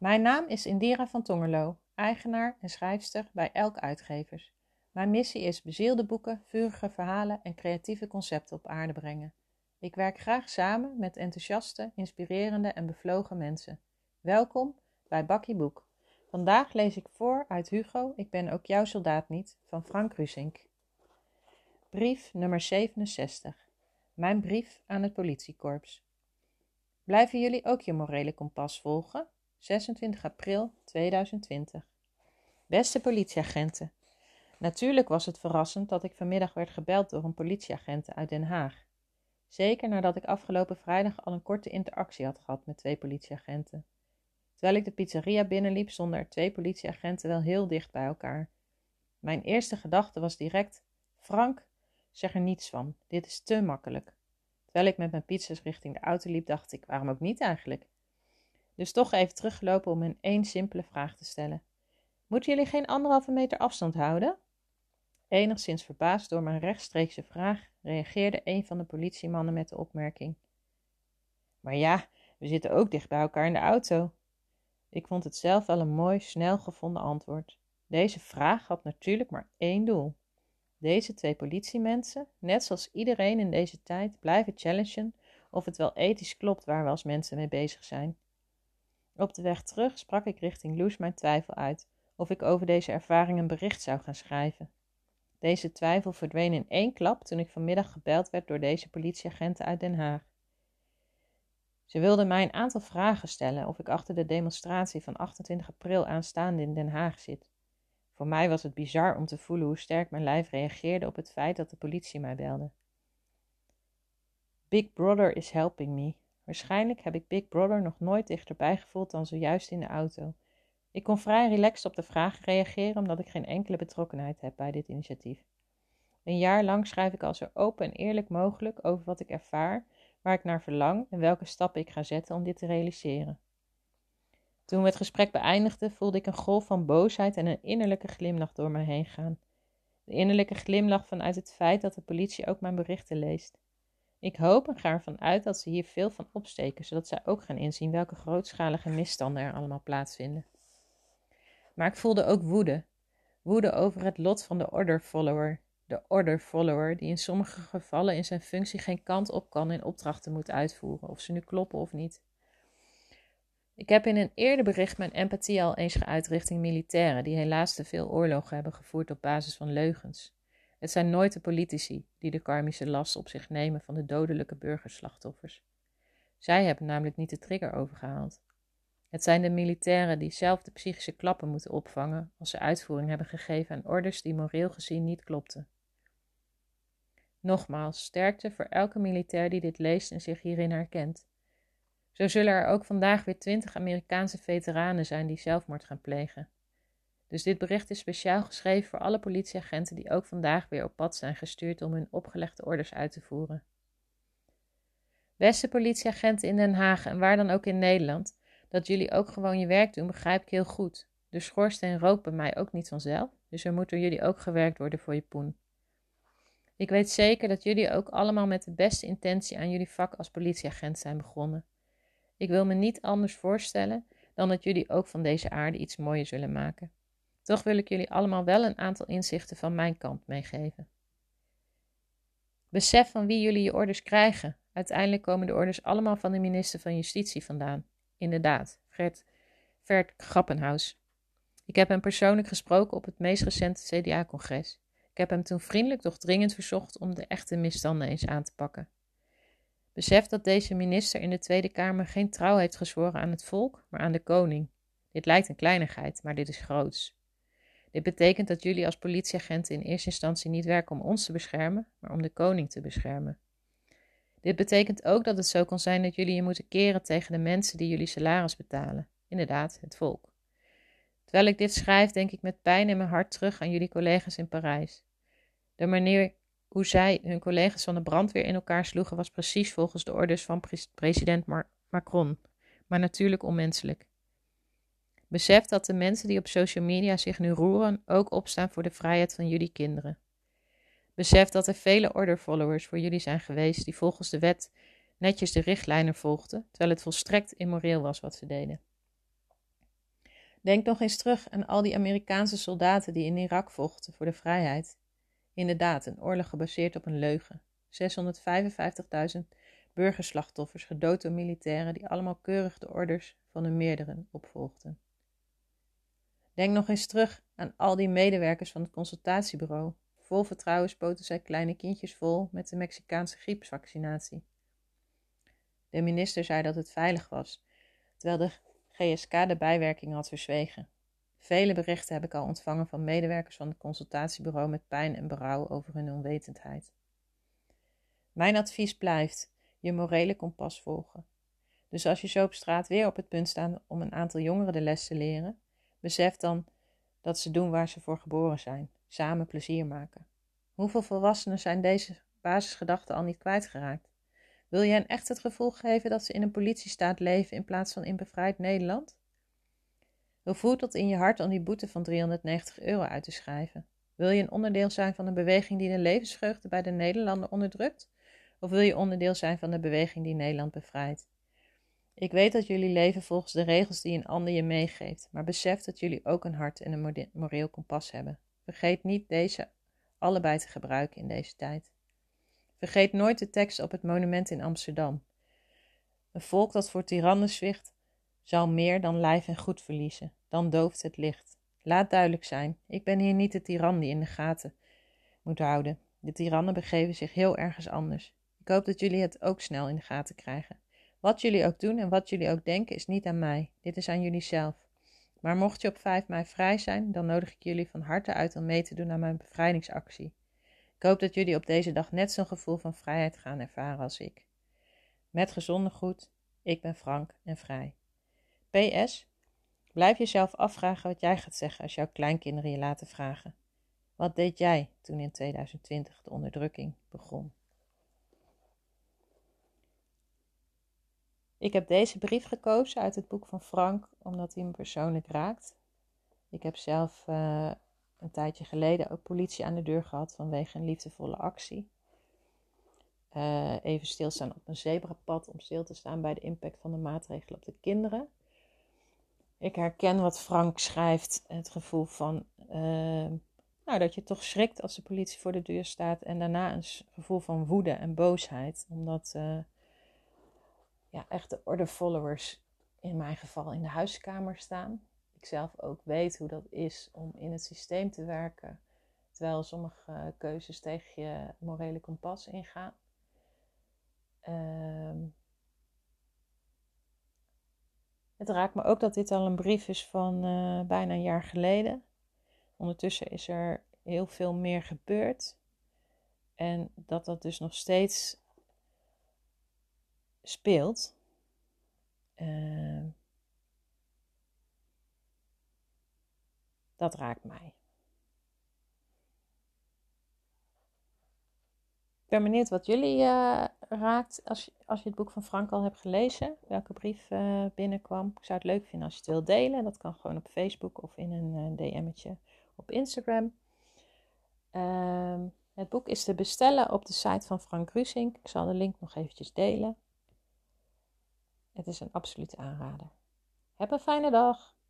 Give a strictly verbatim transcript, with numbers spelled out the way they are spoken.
Mijn naam is Indira van Tongerlo, eigenaar en schrijfster bij Elk Uitgevers. Mijn missie is bezielde boeken, vurige verhalen en creatieve concepten op aarde brengen. Ik werk graag samen met enthousiaste, inspirerende en bevlogen mensen. Welkom bij Bakkie Boek. Vandaag lees ik voor uit Hugo, ik ben ook jouw soldaat niet, van Frank Rusink. Brief nummer zevenenzestig. Mijn brief aan het politiekorps. Blijven jullie ook je morele kompas volgen? zesentwintig april tweeduizend twintig. Beste politieagenten. Natuurlijk was het verrassend dat ik vanmiddag werd gebeld door een politieagent uit Den Haag. Zeker nadat ik afgelopen vrijdag al een korte interactie had gehad met twee politieagenten. Terwijl ik de pizzeria binnenliep, stonden er twee politieagenten wel heel dicht bij elkaar. Mijn eerste gedachte was direct: Frank, zeg er niets van, dit is te makkelijk. Terwijl ik met mijn pizza's richting de auto liep, dacht ik, waarom ook niet eigenlijk? Dus toch even teruggelopen om hen één simpele vraag te stellen. Moeten jullie geen anderhalve meter afstand houden? Enigszins verbaasd door mijn rechtstreekse vraag, reageerde een van de politiemannen met de opmerking: maar ja, we zitten ook dicht bij elkaar in de auto. Ik vond het zelf wel een mooi, snel gevonden antwoord. Deze vraag had natuurlijk maar één doel. Deze twee politiemensen, net zoals iedereen in deze tijd, blijven challengen of het wel ethisch klopt waar we als mensen mee bezig zijn. Op de weg terug sprak ik richting Loes mijn twijfel uit of ik over deze ervaring een bericht zou gaan schrijven. Deze twijfel verdween in één klap toen ik vanmiddag gebeld werd door deze politieagenten uit Den Haag. Ze wilden mij een aantal vragen stellen of ik achter de demonstratie van achtentwintig april aanstaande in Den Haag zit. Voor mij was het bizar om te voelen hoe sterk mijn lijf reageerde op het feit dat de politie mij belde. Big Brother is helping me. Waarschijnlijk heb ik Big Brother nog nooit dichterbij gevoeld dan zojuist in de auto. Ik kon vrij relaxed op de vraag reageren omdat ik geen enkele betrokkenheid heb bij dit initiatief. Een jaar lang schrijf ik al zo open en eerlijk mogelijk over wat ik ervaar, waar ik naar verlang en welke stappen ik ga zetten om dit te realiseren. Toen we het gesprek beëindigden, voelde ik een golf van boosheid en een innerlijke glimlach door mij heen gaan. De innerlijke glimlach vanuit het feit dat de politie ook mijn berichten leest. Ik hoop en ga ervan uit dat ze hier veel van opsteken, zodat zij ook gaan inzien welke grootschalige misstanden er allemaal plaatsvinden. Maar ik voelde ook woede. Woede over het lot van de order follower. De order follower die in sommige gevallen in zijn functie geen kant op kan en opdrachten moet uitvoeren, of ze nu kloppen of niet. Ik heb in een eerder bericht mijn empathie al eens geuit richting militairen die helaas te veel oorlogen hebben gevoerd op basis van leugens. Het zijn nooit de politici die de karmische last op zich nemen van de dodelijke burgerslachtoffers. Zij hebben namelijk niet de trigger overgehaald. Het zijn de militairen die zelf de psychische klappen moeten opvangen als ze uitvoering hebben gegeven aan orders die moreel gezien niet klopten. Nogmaals, sterkte voor elke militair die dit leest en zich hierin herkent. Zo zullen er ook vandaag weer twintig Amerikaanse veteranen zijn die zelfmoord gaan plegen. Dus dit bericht is speciaal geschreven voor alle politieagenten die ook vandaag weer op pad zijn gestuurd om hun opgelegde orders uit te voeren. Beste politieagenten in Den Haag en waar dan ook in Nederland, dat jullie ook gewoon je werk doen begrijp ik heel goed. De schoorsteen rookt bij mij ook niet vanzelf, dus er moet door jullie ook gewerkt worden voor je poen. Ik weet zeker dat jullie ook allemaal met de beste intentie aan jullie vak als politieagent zijn begonnen. Ik wil me niet anders voorstellen dan dat jullie ook van deze aarde iets mooier zullen maken. Toch wil ik jullie allemaal wel een aantal inzichten van mijn kant meegeven. Besef van wie jullie je orders krijgen. Uiteindelijk komen de orders allemaal van de minister van Justitie vandaan. Inderdaad, Gert, Vert Grappenhaus. Ik heb hem persoonlijk gesproken op het meest recente C D A-congres. Ik heb hem toen vriendelijk doch dringend verzocht om de echte misstanden eens aan te pakken. Besef dat deze minister in de Tweede Kamer geen trouw heeft gezworen aan het volk, maar aan de koning. Dit lijkt een kleinigheid, maar dit is groots. Dit betekent dat jullie als politieagenten in eerste instantie niet werken om ons te beschermen, maar om de koning te beschermen. Dit betekent ook dat het zo kan zijn dat jullie je moeten keren tegen de mensen die jullie salaris betalen. Inderdaad, het volk. Terwijl ik dit schrijf, denk ik met pijn in mijn hart terug aan jullie collega's in Parijs. De manier hoe zij hun collega's van de brandweer in elkaar sloegen was precies volgens de orders van pre- president Mar- Macron, maar natuurlijk onmenselijk. Besef dat de mensen die op social media zich nu roeren ook opstaan voor de vrijheid van jullie kinderen. Besef dat er vele order-followers voor jullie zijn geweest die volgens de wet netjes de richtlijnen volgden, terwijl het volstrekt immoreel was wat ze deden. Denk nog eens terug aan al die Amerikaanse soldaten die in Irak vochten voor de vrijheid. Inderdaad, een oorlog gebaseerd op een leugen. zeshonderdvijfenvijftigduizend burgerslachtoffers gedood door militairen die allemaal keurig de orders van hun meerderen opvolgden. Denk nog eens terug aan al die medewerkers van het consultatiebureau. Vol vertrouwen spoten zij kleine kindjes vol met de Mexicaanse griepsvaccinatie. De minister zei dat het veilig was, terwijl de G S K de bijwerkingen had verzwegen. Vele berichten heb ik al ontvangen van medewerkers van het consultatiebureau met pijn en berouw over hun onwetendheid. Mijn advies blijft je morele kompas volgen. Dus als je zo op straat weer op het punt staat om een aantal jongeren de les te leren, besef dan dat ze doen waar ze voor geboren zijn, samen plezier maken. Hoeveel volwassenen zijn deze basisgedachten al niet kwijtgeraakt? Wil je hen echt het gevoel geven dat ze in een politiestaat leven in plaats van in bevrijd Nederland? Hoe voelt het in je hart om die boete van driehonderdnegentig euro uit te schrijven? Wil je een onderdeel zijn van een beweging die de levensvreugde bij de Nederlander onderdrukt? Of wil je onderdeel zijn van de beweging die Nederland bevrijdt? Ik weet dat jullie leven volgens de regels die een ander je meegeeft, maar besef dat jullie ook een hart en een moreel kompas hebben. Vergeet niet deze allebei te gebruiken in deze tijd. Vergeet nooit de tekst op het monument in Amsterdam. Een volk dat voor tirannen zwicht, zal meer dan lijf en goed verliezen, dan dooft het licht. Laat duidelijk zijn, ik ben hier niet de tiran die in de gaten moet houden. De tirannen begeven zich heel ergens anders. Ik hoop dat jullie het ook snel in de gaten krijgen. Wat jullie ook doen en wat jullie ook denken is niet aan mij. Dit is aan jullie zelf. Maar mocht je op vijf mei vrij zijn, dan nodig ik jullie van harte uit om mee te doen aan mijn bevrijdingsactie. Ik hoop dat jullie op deze dag net zo'n gevoel van vrijheid gaan ervaren als ik. Met gezonde groet, ik ben frank en vrij. P S. Blijf jezelf afvragen wat jij gaat zeggen als jouw kleinkinderen je laten vragen. Wat deed jij toen in tweeduizend twintig de onderdrukking begon? Ik heb deze brief gekozen uit het boek van Frank, omdat hij me persoonlijk raakt. Ik heb zelf uh, een tijdje geleden ook politie aan de deur gehad vanwege een liefdevolle actie. Uh, even stilstaan op een zebrapad om stil te staan bij de impact van de maatregelen op de kinderen. Ik herken wat Frank schrijft, het gevoel van uh, nou, dat je toch schrikt als de politie voor de deur staat en daarna een gevoel van woede en boosheid, omdat uh, ja, echt de ordefollowers in mijn geval in de huiskamer staan. Ik zelf ook weet hoe dat is om in het systeem te werken, terwijl sommige keuzes tegen je morele kompas ingaan. Uh, het raakt me ook dat dit al een brief is van uh, bijna een jaar geleden. Ondertussen is er heel veel meer gebeurd. En dat dat dus nog steeds speelt. Uh, dat raakt mij. Ik ben benieuwd wat jullie uh, raakt als je, als je het boek van Frank al hebt gelezen. Welke brief uh, binnenkwam. Ik zou het leuk vinden als je het wilt delen. Dat kan gewoon op Facebook of in een uh, D M'tje op Instagram. Uh, het boek is te bestellen op de site van Frank Rusink. Ik zal de link nog eventjes delen. Het is een absolute aanrader. Heb een fijne dag.